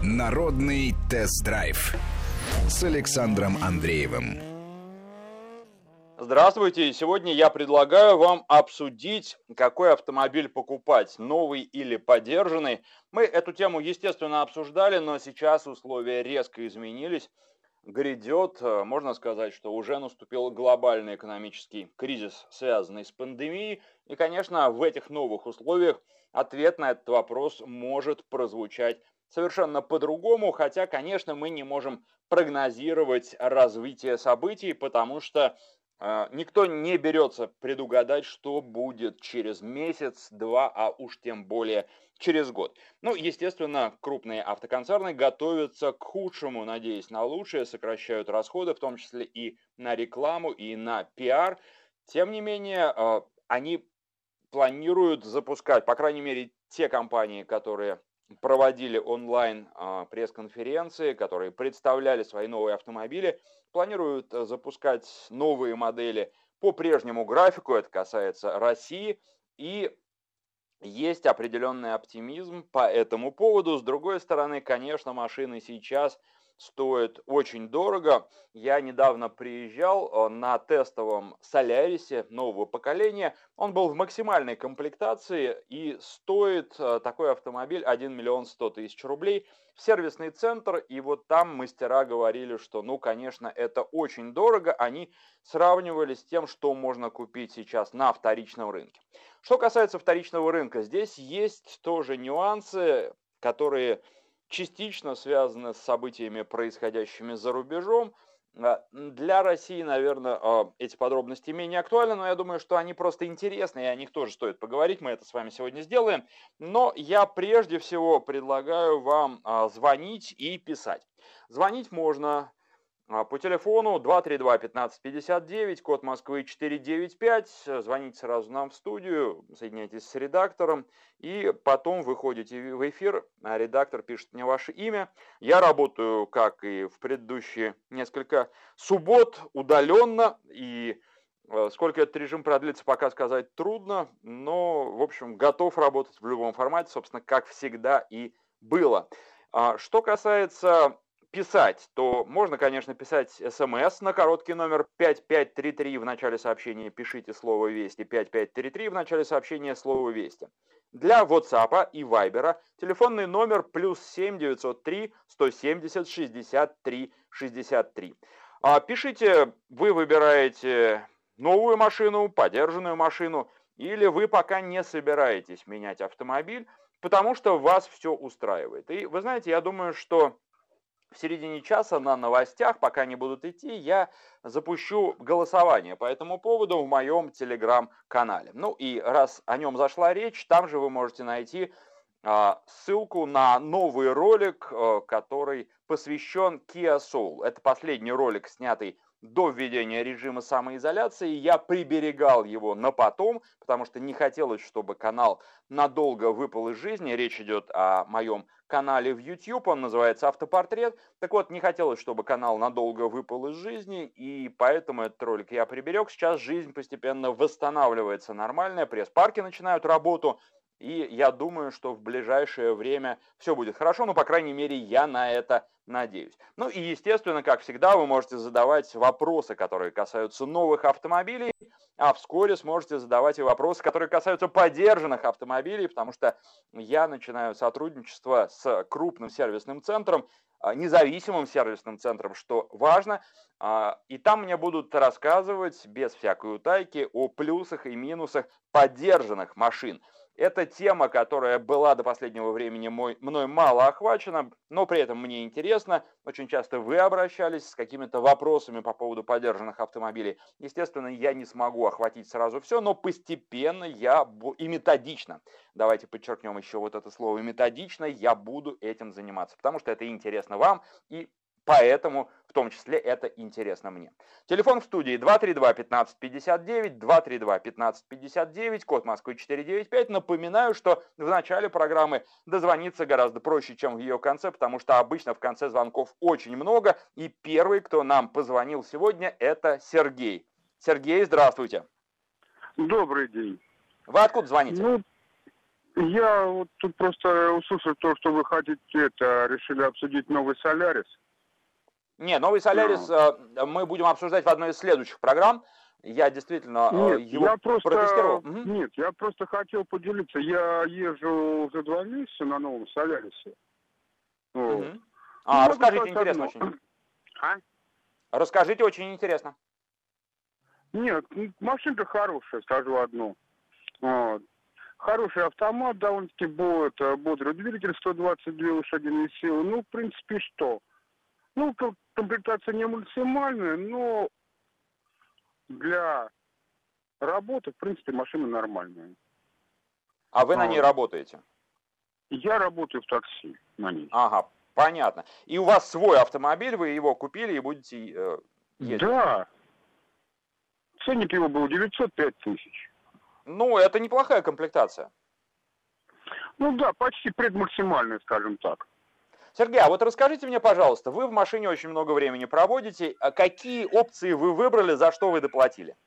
Народный тест-драйв с Александром Андреевым. Здравствуйте! Сегодня я предлагаю вам обсудить, какой автомобиль покупать, новый или подержанный. Мы эту тему, естественно, обсуждали, но сейчас условия резко изменились. Грядет, можно сказать, что уже наступил глобальный экономический кризис, связанный с пандемией. И, конечно, в этих новых условиях ответ на этот вопрос может прозвучать совершенно по-другому, хотя, конечно, мы не можем прогнозировать развитие событий, потому что никто не берется предугадать, что будет через месяц, два, а уж тем более через год. Ну, естественно, крупные автоконцерны готовятся к худшему, надеясь на лучшее, сокращают расходы, в том числе и на рекламу, и на пиар. Тем не менее, они планируют запускать, по крайней мере, те компании, которые проводили онлайн пресс-конференции, которые представляли свои новые автомобили, планируют запускать новые модели по прежнему графику, это касается России, и есть определенный оптимизм по этому поводу. С другой стороны, конечно, машины сейчас стоят очень дорого. Я недавно приезжал на тестовом Солярисе нового поколения. Он был в максимальной комплектации и стоит такой автомобиль 1 миллион 100 тысяч рублей. В сервисный центр, и вот там мастера говорили, что, ну, конечно, это очень дорого. Они сравнивали с тем, что можно купить сейчас на вторичном рынке. Что касается вторичного рынка, здесь есть тоже нюансы, которые частично связаны с событиями, происходящими за рубежом. Для России, наверное, эти подробности менее актуальны, но я думаю, что они просто интересны, и о них тоже стоит поговорить. Мы это с вами сегодня сделаем. Но я прежде всего предлагаю вам звонить и писать. Звонить можно по телефону 232-1559, код Москвы 495. Звоните сразу нам в студию, соединяйтесь с редактором, и потом выходите в эфир, а редактор пишет мне ваше имя. Я работаю, как и в предыдущие несколько суббот, удаленно, и сколько этот режим продлится, пока сказать трудно, но, в общем, готов работать в любом формате, собственно, как всегда и было. Что касается писать, то можно, конечно, писать смс на короткий номер 5533. В начале сообщения пишите слово «Вести», 5533 в начале сообщения слово «Вести». Для WhatsApp и Viber телефонный номер +7 903 170 63 63. Пишите, вы выбираете новую машину, подержанную машину, или вы пока не собираетесь менять автомобиль, потому что вас все устраивает. И вы знаете, я думаю, что в середине часа на новостях, пока они будут идти, я запущу голосование по этому поводу в моем телеграм-канале. Ну и раз о нем зашла речь, там же вы можете найти ссылку на новый ролик, который посвящен Kia Soul. Это последний ролик, снятый до введения режима самоизоляции. Я приберегал его на потом, потому что не хотелось, чтобы канал надолго выпал из жизни. Речь идет о моем канале в YouTube, он называется «Автопортрет». Так вот, не хотелось, чтобы канал надолго выпал из жизни, и поэтому этот ролик я приберег. Сейчас жизнь постепенно восстанавливается нормальная, пресс-парки начинают работу, и я думаю, что в ближайшее время все будет хорошо, ну, по крайней мере, я на это надеюсь. Ну и, естественно, как всегда, вы можете задавать вопросы, которые касаются новых автомобилей, а вскоре сможете задавать и вопросы, которые касаются подержанных автомобилей, потому что я начинаю сотрудничество с крупным сервисным центром, независимым сервисным центром, что важно, и там мне будут рассказывать без всякой утайки о плюсах и минусах подержанных машин. Это тема, которая была до последнего времени мной мало охвачена, но при этом мне интересно. Очень часто вы обращались с какими-то вопросами по поводу подержанных автомобилей. Естественно, я не смогу охватить сразу все, но постепенно и методично, давайте подчеркнем еще вот это слово, методично я буду этим заниматься, потому что это интересно вам и поэтому, в том числе, это интересно мне. Телефон в студии 232-1559, 232-1559, код Москвы 495. Напоминаю, что в начале программы дозвониться гораздо проще, чем в ее конце, потому что обычно в конце звонков очень много. И первый, кто нам позвонил сегодня, это Сергей. Сергей, здравствуйте. Добрый день. Вы откуда звоните? Я вот тут просто услышал то, что вы хотите, решили обсудить новый Солярис. Не, новый Солярис мы будем обсуждать в одной из следующих программ. Я действительно его протестировал. Нет, я просто хотел поделиться. Я езжу уже 2 месяца на новом Солярисе. Вот. Расскажите, интересно очень. Расскажите, очень интересно. Нет, машинка хорошая, скажу одно. Вот. Хороший автомат, довольно-таки бодрый двигатель, 122 лошадиные силы. Ну, в принципе, что? Ну, комплектация не максимальная, но для работы, в принципе, машина нормальная. А вы на ней работаете? Я работаю в такси на ней. Ага, понятно. И у вас свой автомобиль, вы его купили и будете ездить? Да. Ценник его был 905 тысяч. Ну, это неплохая комплектация. Ну да, почти предмаксимальная, скажем так. Сергей, а вот расскажите мне, пожалуйста, вы в машине очень много времени проводите, а какие опции вы выбрали, за что вы доплатили?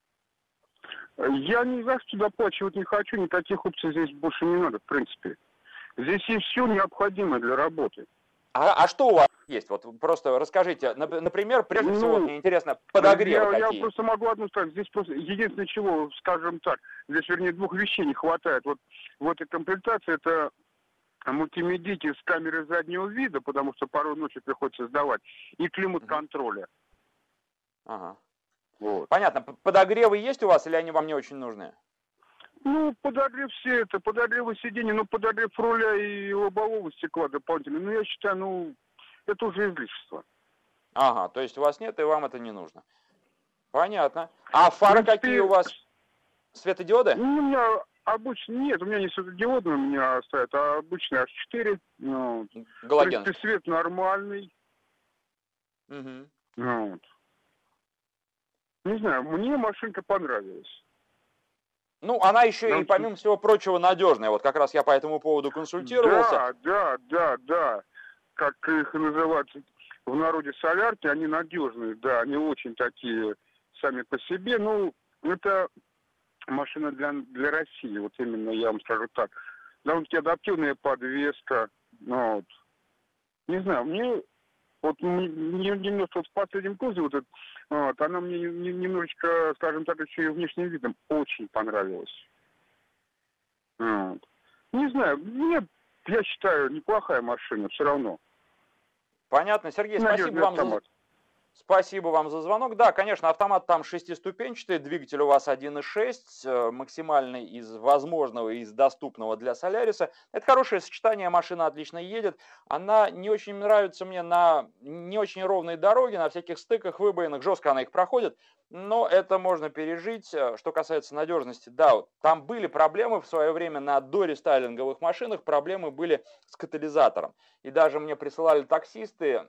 Я ни за что доплачивать не хочу, никаких опций здесь больше не надо, в принципе. Здесь есть все необходимое для работы. А что у вас есть? Вот просто расскажите, например, прежде всего, мне интересно, подогревы какие? Я просто могу одну сказать, здесь просто единственное чего, скажем так, здесь, вернее, 2 вещей не хватает. Вот в этой комплектации это мультимедийки с камерой заднего вида, потому что порой ночью приходится сдавать, и климат-контроля. Ага. Вот. Понятно. Подогревы есть у вас или они вам не очень нужны? Ну, подогрев все это, подогревы сидений, ну, подогрев руля и лобового стекла дополнительно. Ну, я считаю, ну, это уже излишество. Ага, то есть у вас нет и вам это не нужно. Понятно. А фары какие у вас? Светодиоды? Ну, у меня обычно, нет, у меня не светодиодные, у меня стоят, а обычные H4. Вот. Галоген. В принципе, свет нормальный. Угу. Вот. Не знаю, мне машинка понравилась. Ну, она еще и, помимо всего прочего, надежная. Вот как раз я по этому поводу консультировался. Да. Как их называют в народе солярки, они надежные, да, они очень такие сами по себе. Ну, это машина для России, вот именно, я вам скажу так. Довольно-таки адаптивная подвеска, вот. Не знаю, мне немножко вот в последнем кузове, вот, она мне немножечко, скажем так, еще и внешним видом очень понравилась. Вот. Не знаю, мне, я считаю, неплохая машина все равно. Понятно. Сергей, спасибо вам за звонок. Да, конечно, автомат там 6-ступенчатый, двигатель у вас 1.6, максимальный из возможного и из доступного для Соляриса. Это хорошее сочетание, машина отлично едет. Она не очень нравится мне на не очень ровной дороге, на всяких стыках, выбоинах, жестко она их проходит, но это можно пережить. Что касается надежности, да, вот, там были проблемы в свое время на дорестайлинговых машинах, проблемы были с катализатором. И даже мне присылали таксисты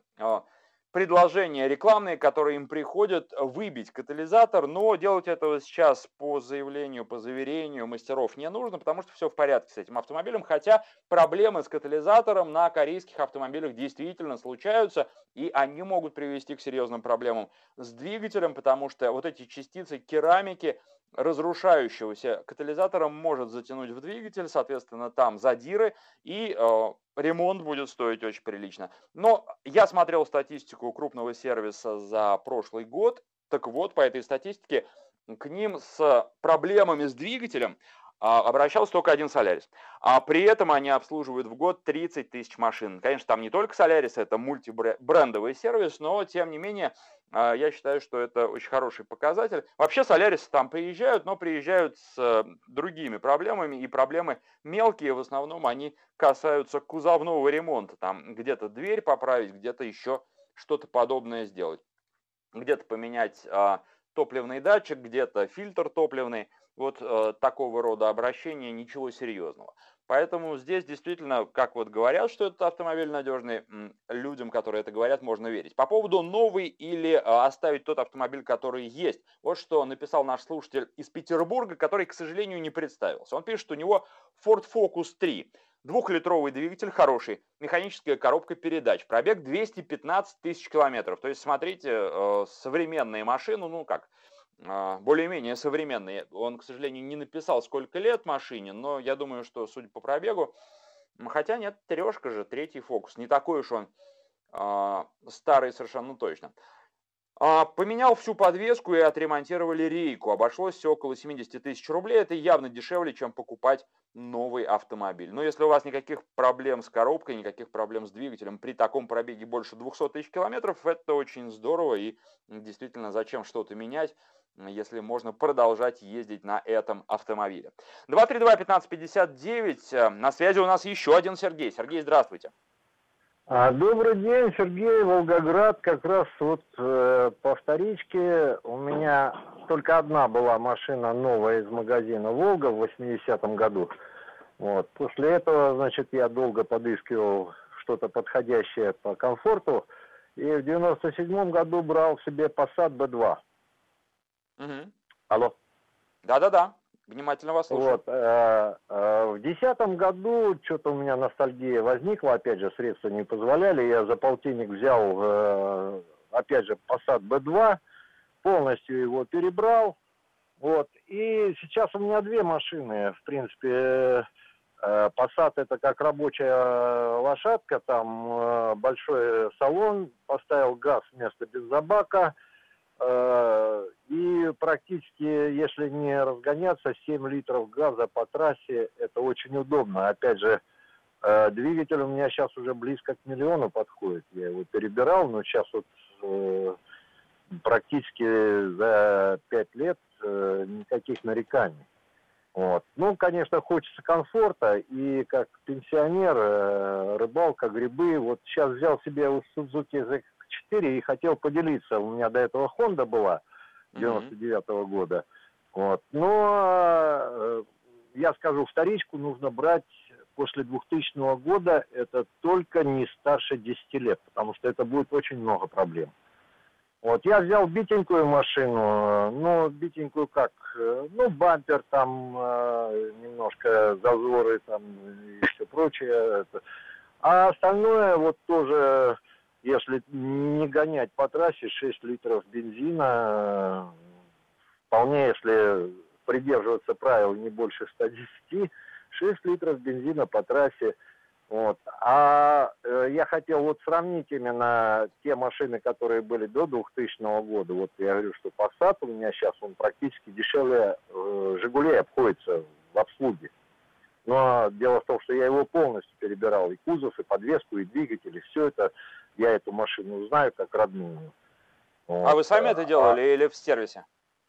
предложения рекламные, которые им приходят выбить катализатор, но делать этого сейчас по заявлению, по заверению мастеров не нужно, потому что все в порядке с этим автомобилем, хотя проблемы с катализатором на корейских автомобилях действительно случаются, и они могут привести к серьезным проблемам с двигателем, потому что вот эти частицы керамики разрушающегося катализатора может затянуть в двигатель, соответственно, там задиры, и ремонт будет стоить очень прилично. Но я смотрел статистику крупного сервиса за прошлый год, так вот, по этой статистике, к ним с проблемами с двигателем обращался только один Солярис. А при этом они обслуживают в год 30 тысяч машин. Конечно, там не только Солярис, это мультибрендовый сервис, но тем не менее, я считаю, что это очень хороший показатель. Вообще Солярисы там приезжают, но приезжают с другими проблемами, и проблемы мелкие, в основном они касаются кузовного ремонта. Там где-то дверь поправить, где-то еще что-то подобное сделать. Где-то поменять топливный датчик, где-то фильтр топливный. Вот такого рода обращения, ничего серьезного. Поэтому здесь действительно, как вот говорят, что этот автомобиль надежный, людям, которые это говорят, можно верить. По поводу новый или оставить тот автомобиль, который есть. Вот что написал наш слушатель из Петербурга, который, к сожалению, не представился. Он пишет, у него Ford Focus 3. 2-литровый двигатель хороший, механическая коробка передач, пробег 215 тысяч километров. То есть, смотрите, современные машины, ну как, более-менее современный. Он, к сожалению, не написал, сколько лет машине, но я думаю, что, судя по пробегу, хотя нет, трешка же, третий Фокус, не такой уж он старый совершенно точно. Поменял всю подвеску и отремонтировали рейку. Обошлось все около 70 тысяч рублей. Это явно дешевле, чем покупать новый автомобиль. Но если у вас никаких проблем с коробкой, никаких проблем с двигателем, при таком пробеге больше 200 тысяч километров, это очень здорово. И действительно, зачем что-то менять, если можно продолжать ездить на этом автомобиле. 232-1559. На связи у нас еще один Сергей. Сергей, здравствуйте. Добрый день, Сергей, Волгоград. Как раз вот по вторичке у меня только одна была машина новая из магазина «Волга» в 80-м году. Вот. После этого, значит, я долго подыскивал что-то подходящее по комфорту. И в 97-м году брал себе Passat B2. Угу. Алло. Да-да-да. Внимательно вас слушаю. Вот, в 2010 году что-то у меня ностальгия возникла, опять же, средства не позволяли, я за полтинник взял, опять же, Passat B2, полностью его перебрал, вот, и сейчас у меня две машины, в принципе, Passat это как рабочая лошадка, там большой салон, поставил газ вместо бензобака, и практически, если не разгоняться, 7 литров газа по трассе, это очень удобно. Опять же, двигатель у меня сейчас уже близко к 1 миллиону подходит. Я его перебирал, но сейчас вот практически за 5 лет никаких нареканий. Вот. Ну, конечно, хочется комфорта, и как пенсионер, рыбалка, грибы. Вот сейчас взял себе Suzuki ZX4 и хотел поделиться. У меня до этого Honda была 99-го года. Вот. Но я скажу, вторичку нужно брать после 2000 года, это только не старше 10 лет, потому что это будет очень много проблем. Вот, я взял битенькую машину, ну, битенькую как, ну, бампер там, немножко зазоры там и все прочее. А остальное вот тоже, если не гонять по трассе, 6 литров бензина, вполне, если придерживаться правил не больше 110, 6 литров бензина по трассе. Вот. А я хотел вот сравнить именно те машины, которые были до 2000 года. Вот я говорю, что Passat у меня сейчас он практически дешевле Жигулей обходится в обслуге. Но дело в том, что я его полностью перебирал, и кузов, и подвеску, и двигатель, и все это. Я эту машину знаю как родную. Вот. А вы сами это делали или в сервисе?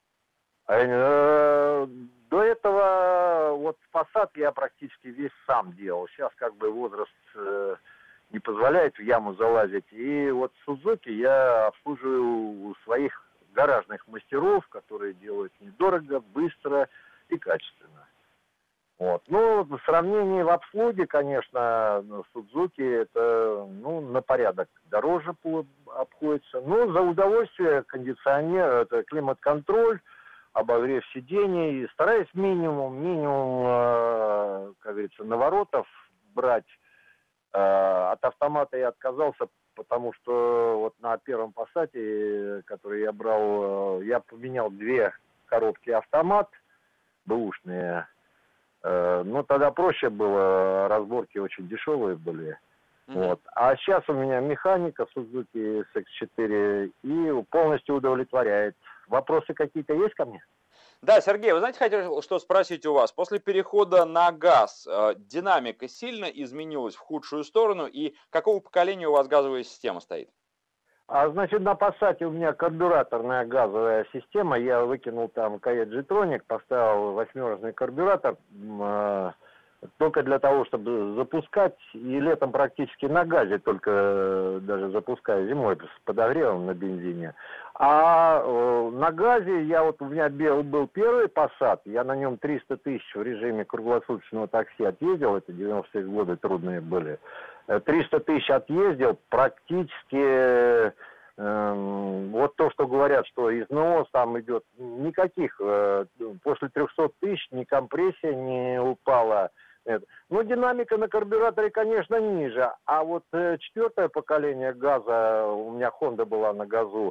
До этого вот Passat я практически весь сам делал. Сейчас как бы возраст не позволяет в яму залазить. И вот Suzuki я обслуживаю у своих гаражных мастеров, которые делают недорого, быстро и качественно. Вот. Ну, в сравнении в обслуге, конечно, Suzuki это, ну, на порядок дороже обходится. Но за удовольствие кондиционер, это климат-контроль, обогрев сидений, стараюсь минимум, как говорится, наворотов брать. От автомата я отказался, потому что вот на первом Passat, который я брал, я поменял 2 коробки автомат, бэушные. Но тогда проще было, разборки очень дешевые были. Вот. А сейчас у меня механика Suzuki SX4 и полностью удовлетворяет. Вопросы какие-то есть ко мне? Да, Сергей, вы знаете, хотел что спросить у вас. После перехода на газ динамика сильно изменилась в худшую сторону, и какого поколения у вас газовая система стоит? Значит, на Passat у меня карбюраторная газовая система. Я выкинул там Kayet G-Tronic, поставил 8-ный карбюратор только для того, чтобы запускать. И летом практически на газе только даже запускаю, зимой с подогревом на бензине. А на газе у меня был первый Passat, я на нем 300 тысяч в режиме круглосуточного такси отъездил, это 90-е годы трудные были. 300 тысяч отъездил, практически вот то, что говорят, что износ там идет, никаких, после 300 тысяч ни компрессия не упала. Ну, динамика на карбюраторе, конечно, ниже, а вот 4-е поколение газа, у меня Honda была на газу,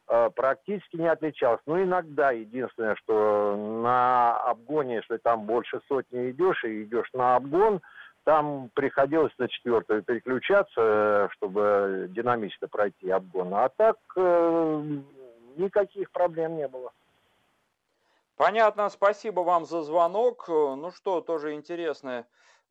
практически не отличалась. Ну, иногда, единственное, что на обгоне, если там больше сотни идешь и идешь на обгон, там приходилось на 4-ю переключаться, чтобы динамично пройти обгон. А так никаких проблем не было. Понятно, спасибо вам за звонок. Ну что, тоже интересный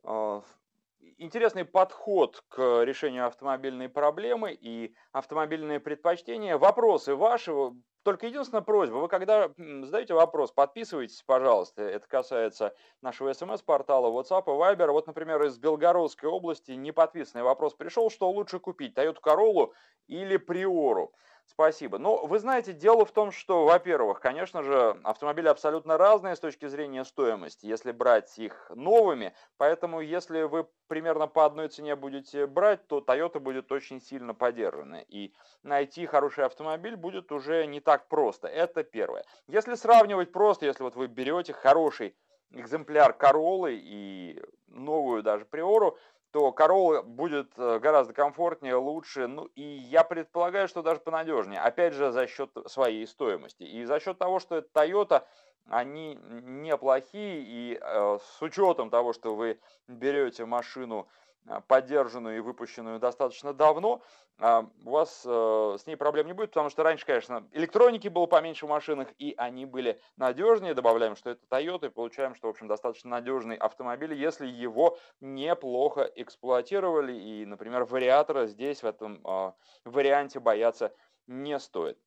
подход к решению автомобильной проблемы и автомобильные предпочтения. Вопросы ваши. Только единственная просьба, вы когда задаете вопрос, подписывайтесь, пожалуйста. Это касается нашего СМС-портала, WhatsApp и Viber. Вот, например, из Белгородской области неподписанный вопрос пришел, что лучше купить, Toyota Corolla или Prioro. Спасибо. Но вы знаете, дело в том, что, во-первых, конечно же, автомобили абсолютно разные с точки зрения стоимости, если брать их новыми. Поэтому, если вы примерно по одной цене будете брать, то Toyota будет очень сильно поддержана. И найти хороший автомобиль будет уже не так просто. Это первое. Если сравнивать просто, если вот вы берете хороший экземпляр Corolla и новую даже Prioro, то Corolla будет гораздо комфортнее, лучше, ну и я предполагаю, что даже понадежнее. Опять же, за счет своей стоимости. И за счет того, что это Toyota, они неплохие, и с учетом того, что вы берете машину поддержанную и выпущенную достаточно давно, у вас с ней проблем не будет, потому что раньше, конечно, электроники было поменьше в машинах, и они были надежнее. Добавляем, что это Toyota, и получаем, что, в общем, достаточно надежный автомобиль, если его неплохо эксплуатировали, и, например, вариатора здесь, в этом варианте, бояться не стоит.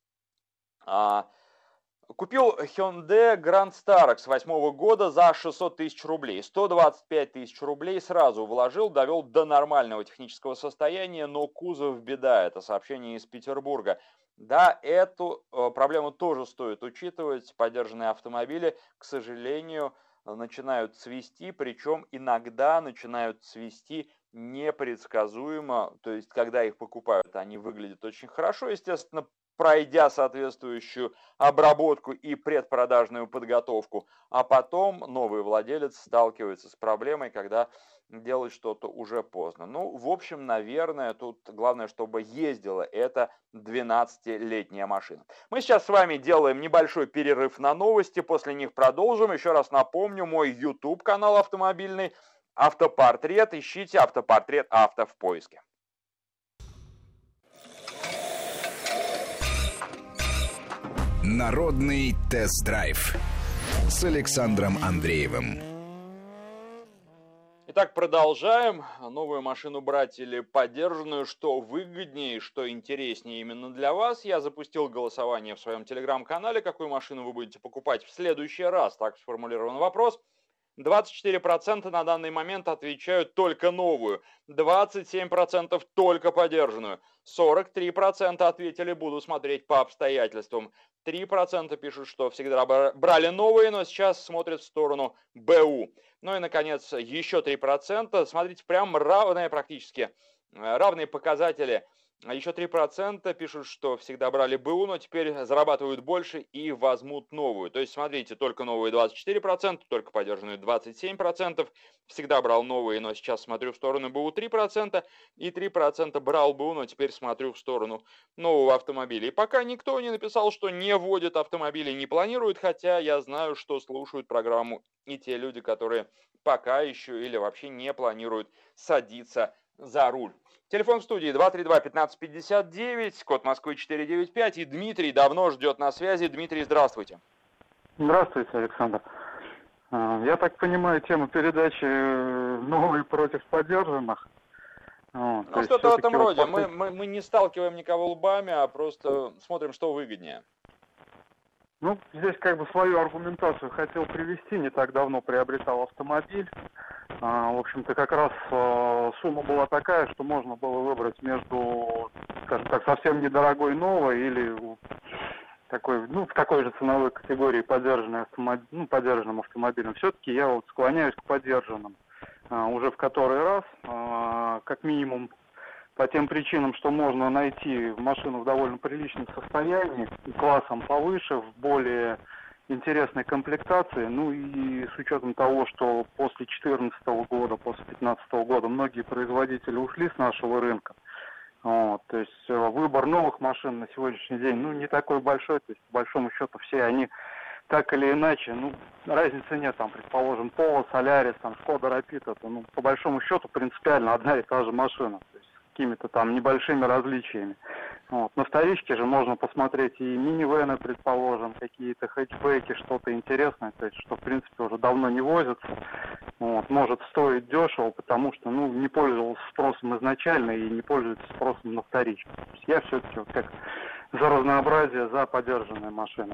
Купил Hyundai Grand Starex 2008 года за 600 тысяч рублей. 125 тысяч рублей сразу вложил, довел до нормального технического состояния, но кузов беда. Это сообщение из Петербурга. Да, эту проблему тоже стоит учитывать. Подержанные автомобили, к сожалению, начинают цвести, причем иногда начинают цвести непредсказуемо. То есть, когда их покупают, они выглядят очень хорошо, естественно, пройдя соответствующую обработку и предпродажную подготовку, а потом новый владелец сталкивается с проблемой, когда делать что-то уже поздно. Ну, в общем, наверное, тут главное, чтобы ездила эта 12-летняя машина. Мы сейчас с вами делаем небольшой перерыв на новости, после них продолжим. Еще раз напомню, мой YouTube-канал автомобильный «Автопортрет». Ищите «Автопортрет Авто» в поиске. Народный тест-драйв с Александром Андреевым. Итак, продолжаем. Новую машину брать или подержанную, что выгоднее, что интереснее именно для вас. Я запустил голосование в своем телеграм-канале, какую машину вы будете покупать в следующий раз. Так сформулирован вопрос. 24% на данный момент отвечают только новую, 27% только подержанную, 43% ответили «буду смотреть по обстоятельствам», 3% пишут, что всегда брали новые, но сейчас смотрят в сторону БУ. Ну и, наконец, еще 3%. Смотрите, прям равные практически, равные показатели. Еще 3% пишут, что всегда брали БУ, но теперь зарабатывают больше и возьмут новую. То есть, смотрите, только новые 24%, только подержанную 27%. Всегда брал новые, но сейчас смотрю в сторону БУ 3%. И 3% брал БУ, но теперь смотрю в сторону нового автомобиля. И пока никто не написал, что не вводит автомобили, не планирует, хотя я знаю, что слушают программу и те люди, которые пока еще или вообще не планируют садиться за руль. Телефон в студии 232-1559, код Москвы 495, и Дмитрий давно ждет на связи. Дмитрий, здравствуйте. Здравствуйте, Александр. Я так понимаю, тема передачи «Новые против подержанных». Ну, что-то в этом роде. Мы не сталкиваем никого лбами, а просто смотрим, что выгоднее. Ну, здесь как бы свою аргументацию хотел привести. Не так давно приобретал автомобиль. В общем-то, как раз сумма была такая, что можно было выбрать между, скажем так, совсем недорогой новой или такой, ну, в такой же ценовой категории подержанным автомобилем. Все-таки я вот склоняюсь к подержанным. Уже в который раз, как минимум, по тем причинам, что можно найти машину в довольно приличном состоянии, классом повыше, в более интересной комплектации, ну и с учетом того, что после 2014 года, после 2015 года многие производители ушли с нашего рынка, Вот, то есть выбор новых машин на сегодняшний день, ну, не такой большой, то есть по большому счету все они так или иначе, ну, разницы нет, там, предположим, Polo, Solaris, там, Skoda Rapid, это, ну, по большому счету принципиально одна и та же машина, то есть с какими-то там небольшими различиями. Вот. На вторичке же можно посмотреть и минивены, предположим, какие-то хэтчбеки, что-то интересное, то есть что, в принципе, уже давно не возятся. Вот. Может стоить дешево, потому что, ну, не пользовался спросом изначально и не пользуется спросом на вторичке. То есть я все-таки вот как за разнообразие, за подержанные машины.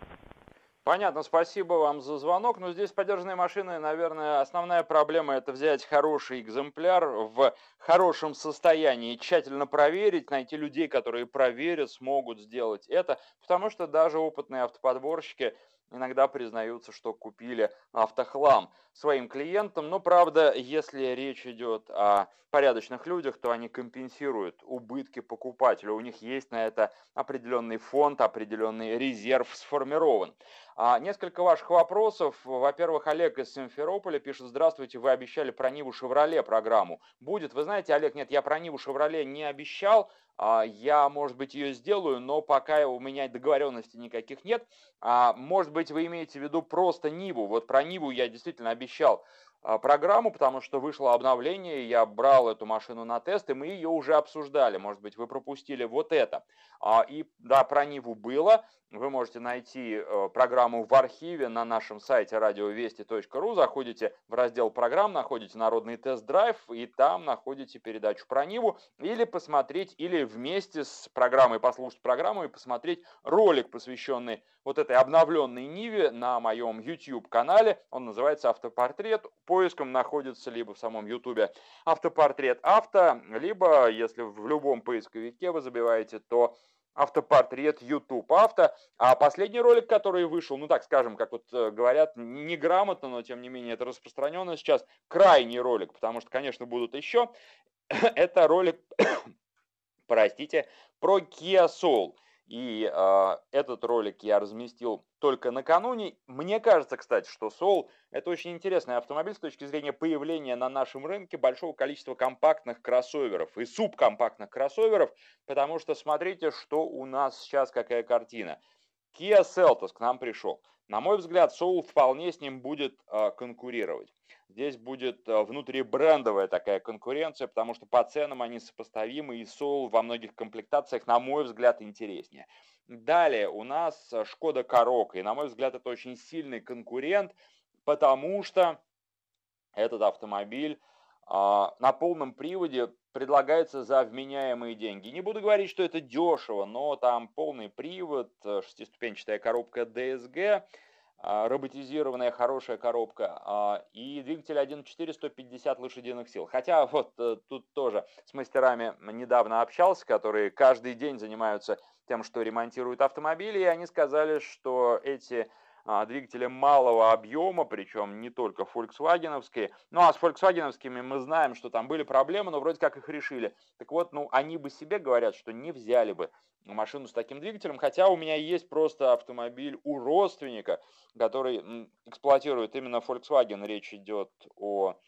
Понятно, спасибо вам за звонок. Но здесь подержанные машины, наверное, основная проблема — это взять хороший экземпляр в хорошем состоянии, тщательно проверить, найти людей, которые проверят, смогут сделать это, потому что даже опытные автоподборщики иногда признаются, что купили автохлам своим клиентам. Но, правда, если речь идет о порядочных людях, то они компенсируют убытки покупателя. У них есть на это определенный фонд, определенный резерв сформирован. Несколько ваших вопросов. Во-первых, Олег из Симферополя пишет: здравствуйте, вы обещали про Ниву Шевроле программу. Будет? Вы знаете, Олег, нет, я про Ниву Шевроле не обещал. Я, может быть, ее сделаю, но пока у меня договоренностей никаких нет. Может быть, вы имеете в виду просто Ниву. Вот про Ниву я действительно обещал программу, потому что вышло обновление, я брал эту машину на тест, и мы ее уже обсуждали. Может быть, вы пропустили вот это. И да, про Ниву было. Вы можете найти программу в архиве на нашем сайте radiovesti.ru. Заходите в раздел программ, находите народный тест-драйв, и там находите передачу про Ниву. Или посмотреть, или вместе с программой послушать программу и посмотреть ролик, посвященный вот этой обновленной Ниве на моем YouTube-канале. Он называется «Автопортрет». Поиском находится либо в самом YouTube «Автопортрет авто», либо, если в любом поисковике вы забиваете, то «Автопортрет YouTube авто». А последний ролик, который вышел, ну так скажем, как вот говорят, неграмотно, но тем не менее это распространенно сейчас, крайний ролик, потому что, конечно, будут еще. Это ролик, простите, про Kia Soul. И этот ролик я разместил только накануне. Мне кажется, кстати, что Soul — это очень интересный автомобиль с точки зрения появления на нашем рынке большого количества компактных кроссоверов и субкомпактных кроссоверов, потому что смотрите, что у нас сейчас, какая картина. Kia Seltos к нам пришел. На мой взгляд, Soul вполне с ним будет конкурировать. Здесь будет внутрибрендовая такая конкуренция, потому что по ценам они сопоставимы, и Soul во многих комплектациях, на мой взгляд, интереснее. Далее у нас Шкода Karoq, и на мой взгляд, это очень сильный конкурент, потому что этот автомобиль на полном приводе предлагается за вменяемые деньги. Не буду говорить, что это дешево, но там полный привод, шестиступенчатая коробка DSG, роботизированная хорошая коробка и двигатель 1.4, 150 лошадиных сил. Хотя вот тут тоже с мастерами недавно общался, которые каждый день занимаются тем, что ремонтируют автомобили, и они сказали, что эти двигатели малого объема, причем не только фольксвагеновские. Ну а с фольксвагеновскими мы знаем, что там были проблемы, но вроде как их решили. Так вот, ну они бы себе говорят, что не взяли бы машину с таким двигателем, хотя у меня есть просто автомобиль у родственника, который эксплуатирует именно Volkswagen, речь идет о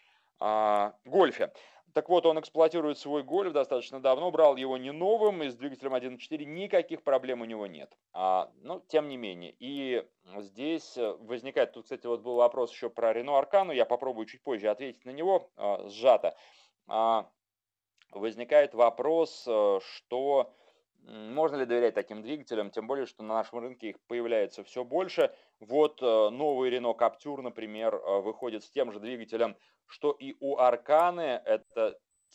Гольфе. Так вот, он эксплуатирует свой Гольф достаточно давно, брал его не новым, и с двигателем 1.4 никаких проблем у него нет. Но тем не менее. И здесь возникает, тут, кстати, вот был вопрос еще про Renault Аркану, я попробую чуть позже ответить на него сжато. Возникает вопрос, что можно ли доверять таким двигателям, тем более, что на нашем рынке их появляется все больше. Вот новый Renault Captur, например, выходит с тем же двигателем, что и у Арканы, это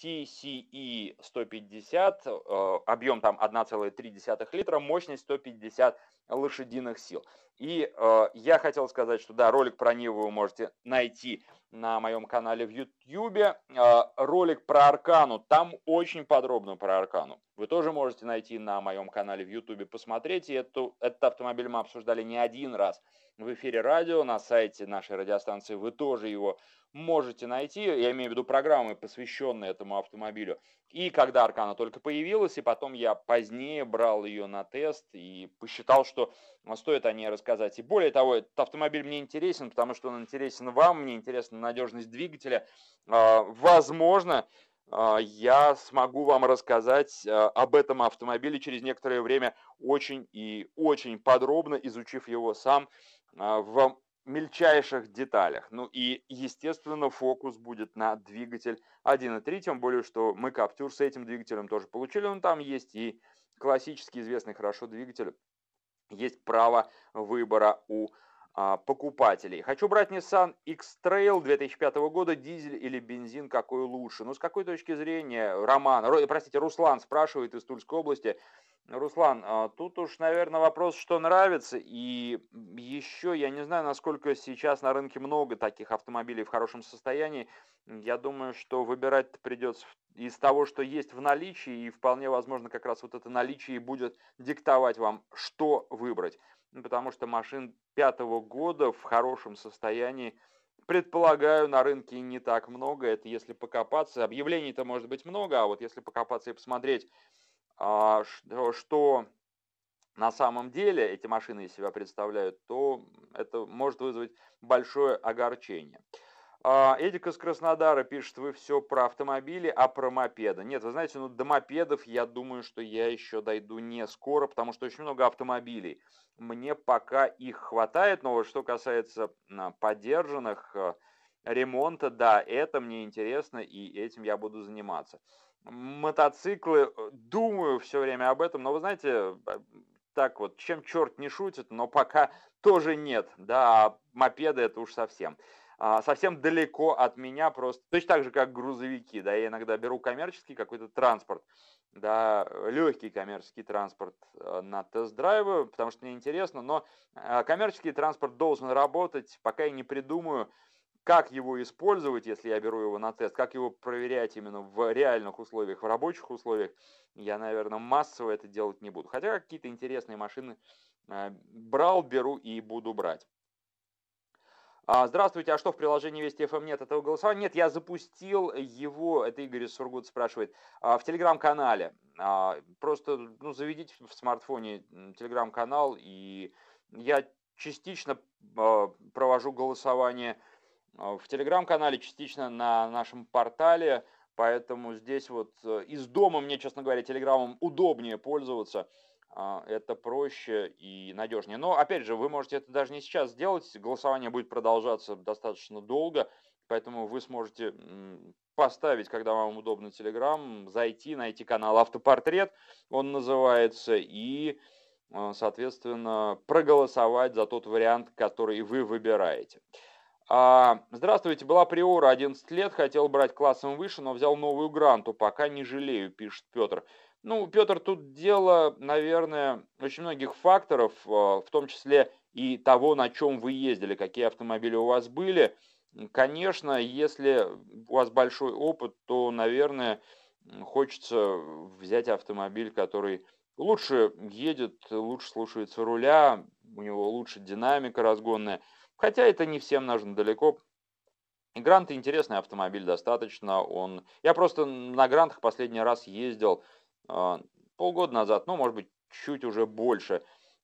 TCE 150, объем там 1,3 литра, мощность 150 лошадиных сил. И я хотел сказать, что да, ролик про Ниву вы можете найти на моем канале в YouTube. Ролик про Аркану, там очень подробно про Аркану. Вы тоже можете найти на моем канале в YouTube, посмотреть. И этот автомобиль мы обсуждали не один раз в эфире радио, на сайте нашей радиостанции вы тоже его можете найти. Я имею в виду программы, посвященные этому автомобилю. И когда Аркана только появилась, и потом я позднее брал ее на тест и посчитал, что стоит о ней рассказать. И более того, этот автомобиль мне интересен, потому что он интересен вам, мне интересна надежность двигателя. Возможно, я смогу вам рассказать об этом автомобиле через некоторое время очень и очень подробно, изучив его сам в мельчайших деталях. Ну и, естественно, фокус будет на двигатель 1.3, тем более, что мы Captur с этим двигателем тоже получили. Он там есть и классический известный хорошо двигатель. Есть право выбора у покупателей. Хочу брать Nissan X-Trail 2005 года, дизель или бензин, какой лучше? Ну, с какой точки зрения, Руслан спрашивает из Тульской области. Руслан, тут уж, наверное, вопрос, что нравится, и еще, я не знаю, насколько сейчас на рынке много таких автомобилей в хорошем состоянии. Я думаю, что выбирать придется из того, что есть в наличии, и вполне возможно, как раз вот это наличие будет диктовать вам, что выбрать. Потому что машин 5-го года в хорошем состоянии, предполагаю, на рынке не так много. Это если покопаться. Объявлений-то может быть много, а вот если покопаться и посмотреть, что на самом деле эти машины из себя представляют, то это может вызвать большое огорчение. Эдик из Краснодара пишет: вы все про автомобили, а про мопеды. Нет, вы знаете, до мопедов я думаю, что я еще дойду не скоро, потому что очень много автомобилей. Мне пока их хватает, но вот что касается подержанных, ремонта, да, это мне интересно, и этим я буду заниматься. Мотоциклы, думаю все время об этом, но вы знаете, так вот, чем черт не шутит, но пока тоже нет, да, а мопеды это уж совсем далеко от меня, просто точно так же, как грузовики, да, я иногда беру коммерческий какой-то транспорт, да, легкий коммерческий транспорт на тест-драйвы, потому что мне интересно, но коммерческий транспорт должен работать, пока я не придумаю, как его использовать, если я беру его на тест, как его проверять именно в реальных условиях, в рабочих условиях, я, наверное, массово это делать не буду. Хотя какие-то интересные машины беру и буду брать. Здравствуйте, а что, в приложении Вести FM нет этого голосования? Нет, я запустил его, это Игорь из Сургута спрашивает, в Телеграм-канале. Просто заведите в смартфоне Телеграм-канал, и я частично провожу голосование в Телеграм-канале, частично на нашем портале, поэтому здесь вот из дома мне, честно говоря, Телеграмом удобнее пользоваться. Это проще и надежнее. Но, опять же, вы можете это даже не сейчас сделать. Голосование будет продолжаться достаточно долго, поэтому вы сможете поставить, когда вам удобно, Telegram, зайти, найти канал «Автопортрет», он называется, и, соответственно, проголосовать за тот вариант, который вы выбираете. Здравствуйте, была Приора 11 лет, хотел брать классом выше, но взял новую Гранту, пока не жалею, пишет Петр. Петр, тут дело, наверное, очень многих факторов, в том числе и того, на чем вы ездили, какие автомобили у вас были. Конечно, если у вас большой опыт, то, наверное, хочется взять автомобиль, который лучше едет, лучше слушается руля, у него лучше динамика разгонная. Хотя это не всем нужно далеко. Грант интересный автомобиль достаточно. Я просто на Грантах последний раз ездил полгода назад, может быть, чуть уже больше.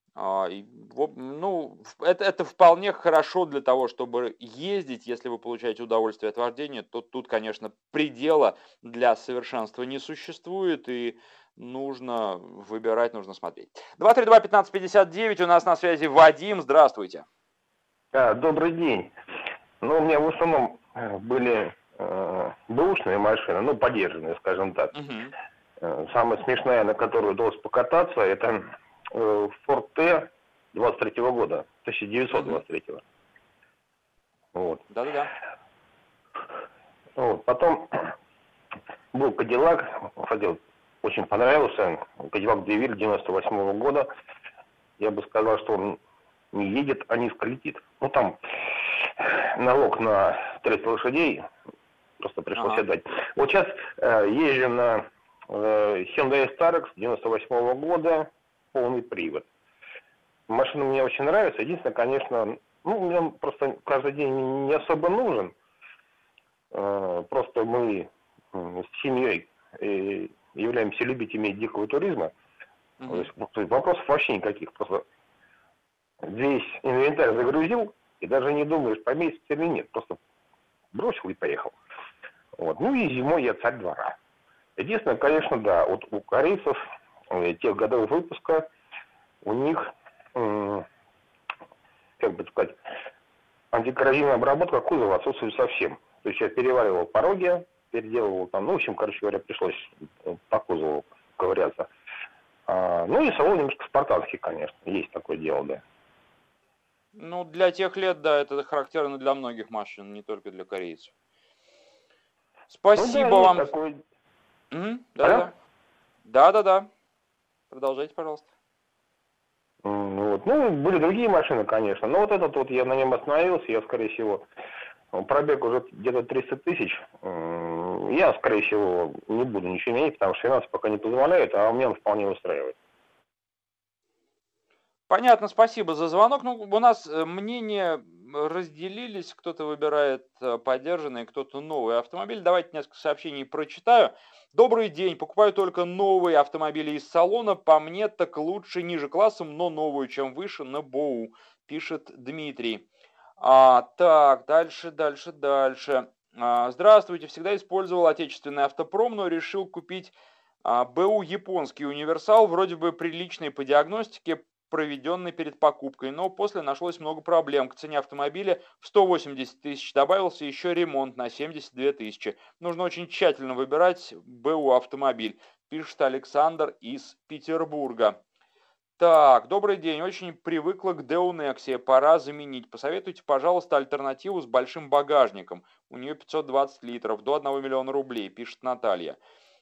Это вполне хорошо для того, чтобы ездить. Если вы получаете удовольствие от вождения, то тут, конечно, предела для совершенства не существует, и нужно выбирать, нужно смотреть. 232-1559, у нас на связи Вадим, здравствуйте. Добрый день. У меня в основном были бэушные машины, подержанные, скажем так. Самая смешная, на которую удалось покататься, это Ford T 23 года, 1923. Вот. Да-да-да. Потом был Cadillac, очень понравился, Cadillac DeVille 98 года. Я бы сказал, что он не едет, а низко летит. Там налог на 300 лошадей просто пришлось отдать. Вот сейчас езжу на Hyundai Starex 98 года, полный привод. Машина мне очень нравится. Единственное, конечно, мне просто каждый день не особо нужен. Просто мы с семьей являемся любителями дикого туризма. То есть вопросов вообще никаких. Просто весь инвентарь загрузил, и даже не думаешь, поместится или нет. Просто бросил и поехал. Вот. Ну и зимой я царь двора. Единственное, конечно, да, вот у корейцев тех годов выпуска у них, как бы сказать, антикоррозийная обработка кузова отсутствует совсем. То есть я переваривал пороги, переделывал там, ну, в общем, короче говоря, пришлось по кузову ковыряться. Ну и салон немножко спартанский, конечно, есть такое дело, да. Ну, для тех лет, да, это характерно для многих машин, не только для корейцев. Спасибо ну, да, вам. Такой... Да. Да. Продолжайте, пожалуйста. Вот. Ну, были другие машины, конечно, но вот этот вот я на нем остановился, я, скорее всего, пробег уже где-то 300 тысяч, я, скорее всего, не буду ничего менять, потому что финансы пока не позволяют, а меня он вполне устраивает. Понятно, спасибо за звонок. Ну, у нас мнения разделились, кто-то выбирает подержанный, кто-то новый автомобиль. Давайте несколько сообщений прочитаю. Добрый день, покупаю только новые автомобили из салона. По мне так лучше ниже классом, но новую, чем выше на БОУ, пишет Дмитрий. Так, дальше. Здравствуйте, всегда использовал отечественный автопром, но решил купить БУ японский универсал, вроде бы приличный по диагностике, проведенный перед покупкой, но после нашлось много проблем. К цене автомобиля в 180 тысяч добавился еще ремонт на 72 тысячи. Нужно очень тщательно выбирать БУ автомобиль, пишет Александр из Петербурга. Так, добрый день. Очень привыкла к Deo Nexia. Пора заменить. Посоветуйте, пожалуйста, альтернативу с большим багажником. У нее 520 литров, до 1 миллиона рублей, пишет Наталья.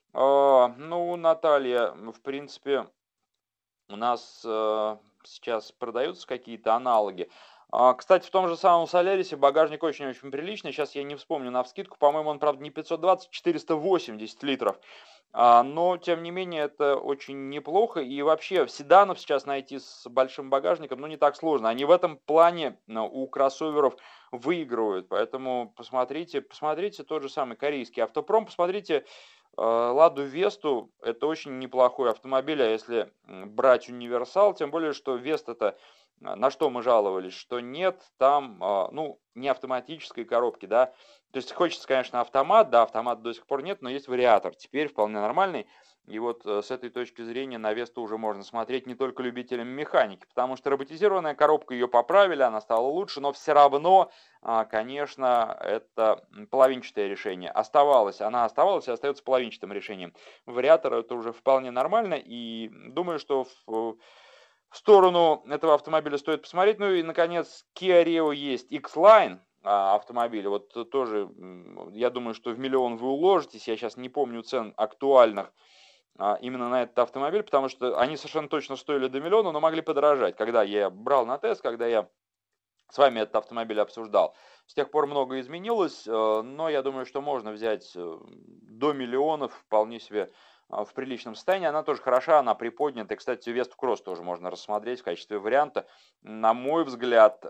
Ну, Наталья, в принципе, у нас сейчас продаются какие-то аналоги. Кстати, в том же самом Солярисе багажник очень-очень приличный. Сейчас я не вспомню навскидку. По-моему, он, правда, не 520, 480 литров. Но, тем не менее, это очень неплохо. И вообще, седанов сейчас найти с большим багажником, ну, не так сложно. Они в этом плане у кроссоверов выигрывают. Поэтому посмотрите тот же самый корейский автопром. Посмотрите Ладу Весту. Это очень неплохой автомобиль. А если брать универсал, тем более, что Веста-то, на что мы жаловались, что нет там, ну, не автоматической коробки, да. То есть хочется, конечно, автомат, да, автомата до сих пор нет, но есть вариатор, теперь вполне нормальный. И вот с этой точки зрения на Весту уже можно смотреть не только любителям механики, потому что роботизированная коробка, ее поправили, она стала лучше, но все равно, конечно, это половинчатое решение. Она оставалась и остается половинчатым решением. Вариатор это уже вполне нормально, и думаю, что в сторону этого автомобиля стоит посмотреть. Ну и, наконец, Kia Rio есть X-Line автомобиль. Вот тоже, я думаю, что в миллион вы уложитесь. Я сейчас не помню цен актуальных именно на этот автомобиль, потому что они совершенно точно стоили до миллиона, но могли подорожать. Когда я брал на тест, когда я с вами этот автомобиль обсуждал. С тех пор много изменилось, но я думаю, что можно взять до миллионов вполне себе в приличном состоянии. Она тоже хороша, она приподнята. И, кстати, Весту Кросс тоже можно рассмотреть в качестве варианта. На мой взгляд,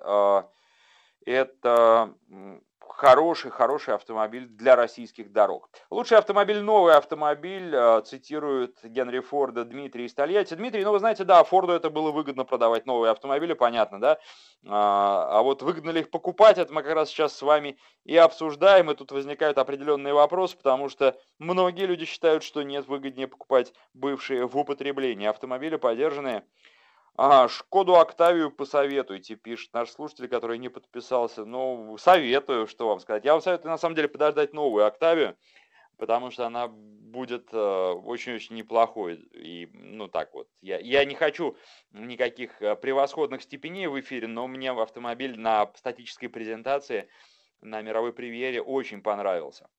это хороший автомобиль для российских дорог. Лучший автомобиль, новый автомобиль, цитирует Генри Форда Дмитрий из Тольятти. Дмитрий, ну вы знаете, да, Форду это было выгодно продавать новые автомобили, понятно, да? А вот выгодно ли их покупать, это мы как раз сейчас с вами и обсуждаем, и тут возникают определенные вопросы, потому что многие люди считают, что нет, выгоднее покупать бывшие в употреблении автомобили, подержанные. Шкоду Октавию посоветуйте, пишет наш слушатель, который не подписался. Ну, советую, что вам сказать. Я вам советую, на самом деле, подождать новую Октавию, потому что она будет очень-очень неплохой. И, ну, так вот. Я не хочу никаких превосходных степеней в эфире, но мне автомобиль на статической презентации на мировой премьере очень понравился.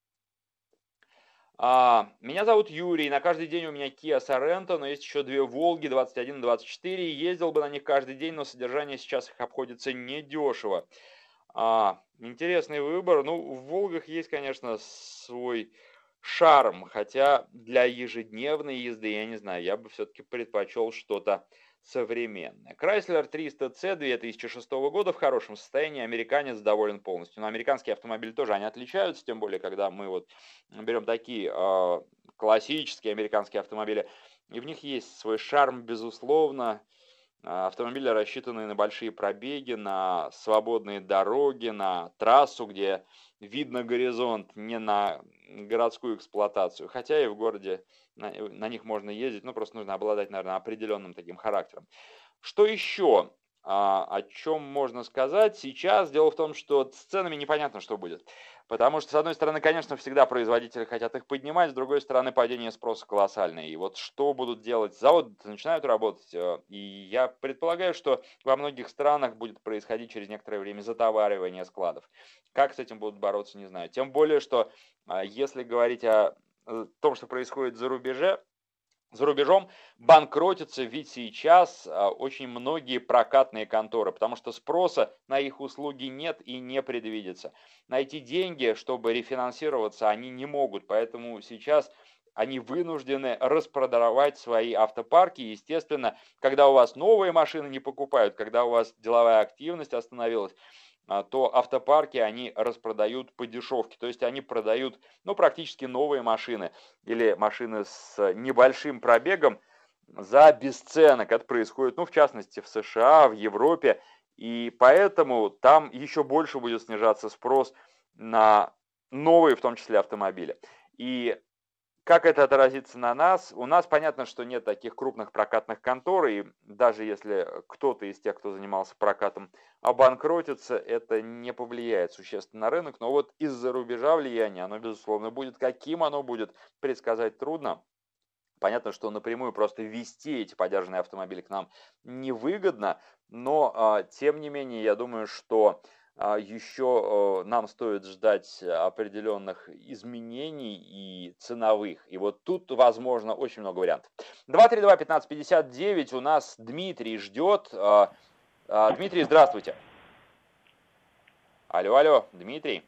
Меня зовут Юрий, на каждый день у меня Kia Sorento, но есть еще две Волги 21 и 24, ездил бы на них каждый день, но содержание сейчас их обходится недешево. Интересный выбор, ну в Волгах есть, конечно, свой шарм, хотя для ежедневной езды, я не знаю, я бы все-таки предпочел что-то современное. Chrysler 300C 2006 года в хорошем состоянии, американец доволен полностью. Но американские автомобили тоже, они отличаются, тем более, когда мы вот берем такие классические американские автомобили, и в них есть свой шарм, безусловно. Автомобили, рассчитанные на большие пробеги, на свободные дороги, на трассу, где видно горизонт, не на городскую эксплуатацию. Хотя и в городе на них можно ездить, но просто нужно обладать, наверное, определенным таким характером. Что еще? О чем можно сказать сейчас? Дело в том, что с ценами непонятно, что будет. Потому что, с одной стороны, конечно, всегда производители хотят их поднимать, с другой стороны, падение спроса колоссальное. И вот что будут делать? Заводы начинают работать, и я предполагаю, что во многих странах будет происходить через некоторое время затоваривание складов. Как с этим будут бороться, не знаю. Тем более, что если говорить о том, что происходит за рубежом, банкротятся ведь сейчас очень многие прокатные конторы, потому что спроса на их услуги нет и не предвидится. Найти деньги, чтобы рефинансироваться, они не могут, поэтому сейчас они вынуждены распродавать свои автопарки. Естественно, когда у вас новые машины не покупают, когда у вас деловая активность остановилась, то автопарки они распродают по дешевке. То есть они продают практически новые машины или машины с небольшим пробегом за бесценок. Это происходит, в частности, в США, в Европе. И поэтому там еще больше будет снижаться спрос на новые, в том числе, автомобили. И как это отразится на нас? У нас понятно, что нет таких крупных прокатных контор, и даже если кто-то из тех, кто занимался прокатом, обанкротится, это не повлияет существенно на рынок. Но вот из-за рубежа влияние, оно, безусловно, будет. Каким оно будет, предсказать трудно. Понятно, что напрямую просто ввести эти подержанные автомобили к нам невыгодно, но, тем не менее, я думаю, что еще нам стоит ждать определенных изменений и ценовых. И вот тут, возможно, очень много вариантов. 232-1559 у нас Дмитрий ждет. Дмитрий, здравствуйте. Алло, Дмитрий.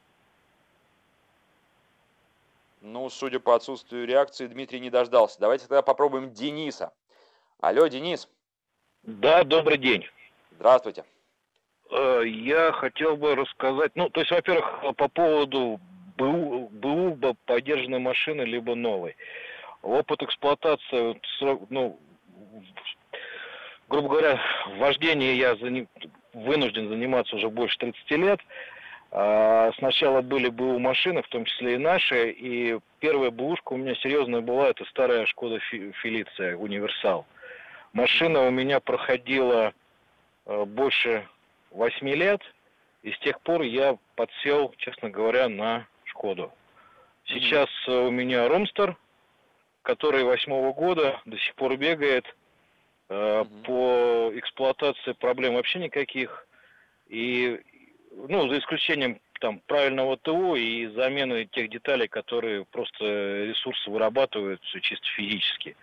Судя по отсутствию реакции, Дмитрий не дождался. Давайте тогда попробуем Дениса. Алло, Денис. Да, добрый день. Здравствуйте. Я хотел бы рассказать, во-первых, по поводу БУ подержанной машины, либо новой. Опыт эксплуатации, грубо говоря, вождение я вынужден заниматься уже больше 30 лет. Сначала были БУ машины, в том числе и наши, и первая БУшка у меня серьезная была, это старая Шкода Фелиция, универсал. Машина у меня проходила больше 8 лет, и с тех пор я подсел, честно говоря, на Шкоду. Сейчас у меня Ромстер, который 8-го года до сих пор бегает. По эксплуатации проблем вообще никаких. И, за исключением правильного ТО и замены тех деталей, которые просто ресурсы вырабатывают чисто физически.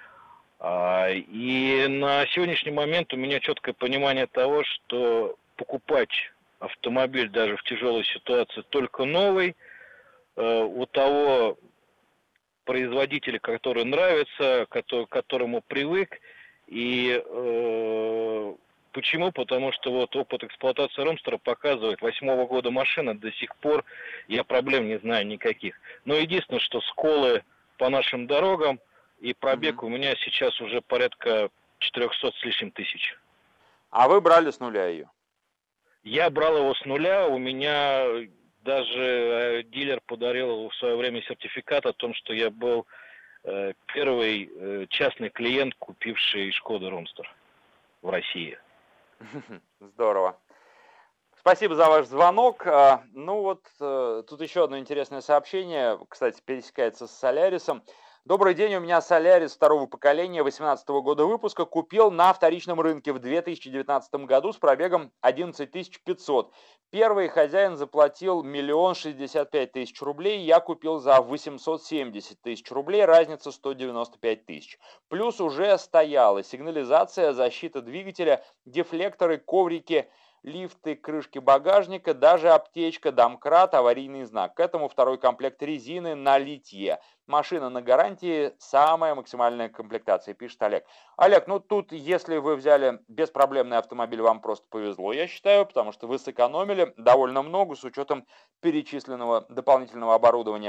И на сегодняшний момент у меня четкое понимание того, что покупать автомобиль даже в тяжелой ситуации только новый, у того производителя, который нравится, к которому привык. И почему? Потому что опыт эксплуатации Ромстера показывает, 8-го года машина, до сих пор я проблем не знаю никаких. Но единственное, что сколы по нашим дорогам, и пробег у меня сейчас уже порядка 400 с лишним тысяч. А вы брали с нуля ее? Я брал его с нуля. У меня даже дилер подарил в свое время сертификат о том, что я был первый частный клиент, купивший Шкода Ромстер в России. Здорово. Спасибо за ваш звонок. Тут еще одно интересное сообщение, кстати, пересекается с Солярисом. Добрый день, у меня Солярис второго поколения 2018 года выпуска. Купил на вторичном рынке в 2019 году с пробегом 11 500. Первый хозяин заплатил 1 065 000 рублей. Я купил за 870 000 рублей. Разница 195 000. Плюс уже стояла сигнализация, защита двигателя, дефлекторы, коврики, лифты, крышки багажника, даже аптечка, домкрат, аварийный знак. К этому второй комплект резины на литье. Машина на гарантии, самая максимальная комплектация, пишет Олег. Олег, тут, если вы взяли беспроблемный автомобиль, вам просто повезло, я считаю, потому что вы сэкономили довольно много с учетом перечисленного дополнительного оборудования.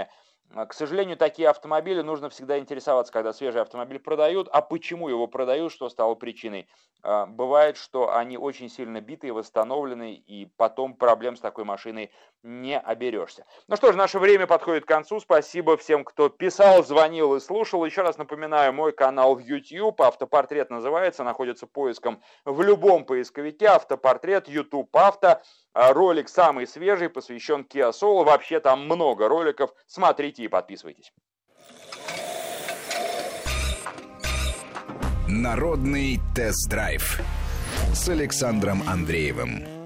К сожалению, такие автомобили нужно всегда интересоваться, когда свежий автомобиль продают. А почему его продают, что стало причиной? Бывает, что они очень сильно битые, восстановлены, и потом проблем с такой машиной не оберешься. Ну что ж, наше время подходит к концу. Спасибо всем, кто писал, звонил и слушал. Еще раз напоминаю, мой канал в YouTube, «Автопортрет» называется, находится поиском в любом поисковике. «Автопортрет», YouTube «Авто». Ролик самый свежий, посвящен Kia Soul. Вообще там много роликов. Смотрите и подписывайтесь. Народный тест-драйв с Александром Андреевым.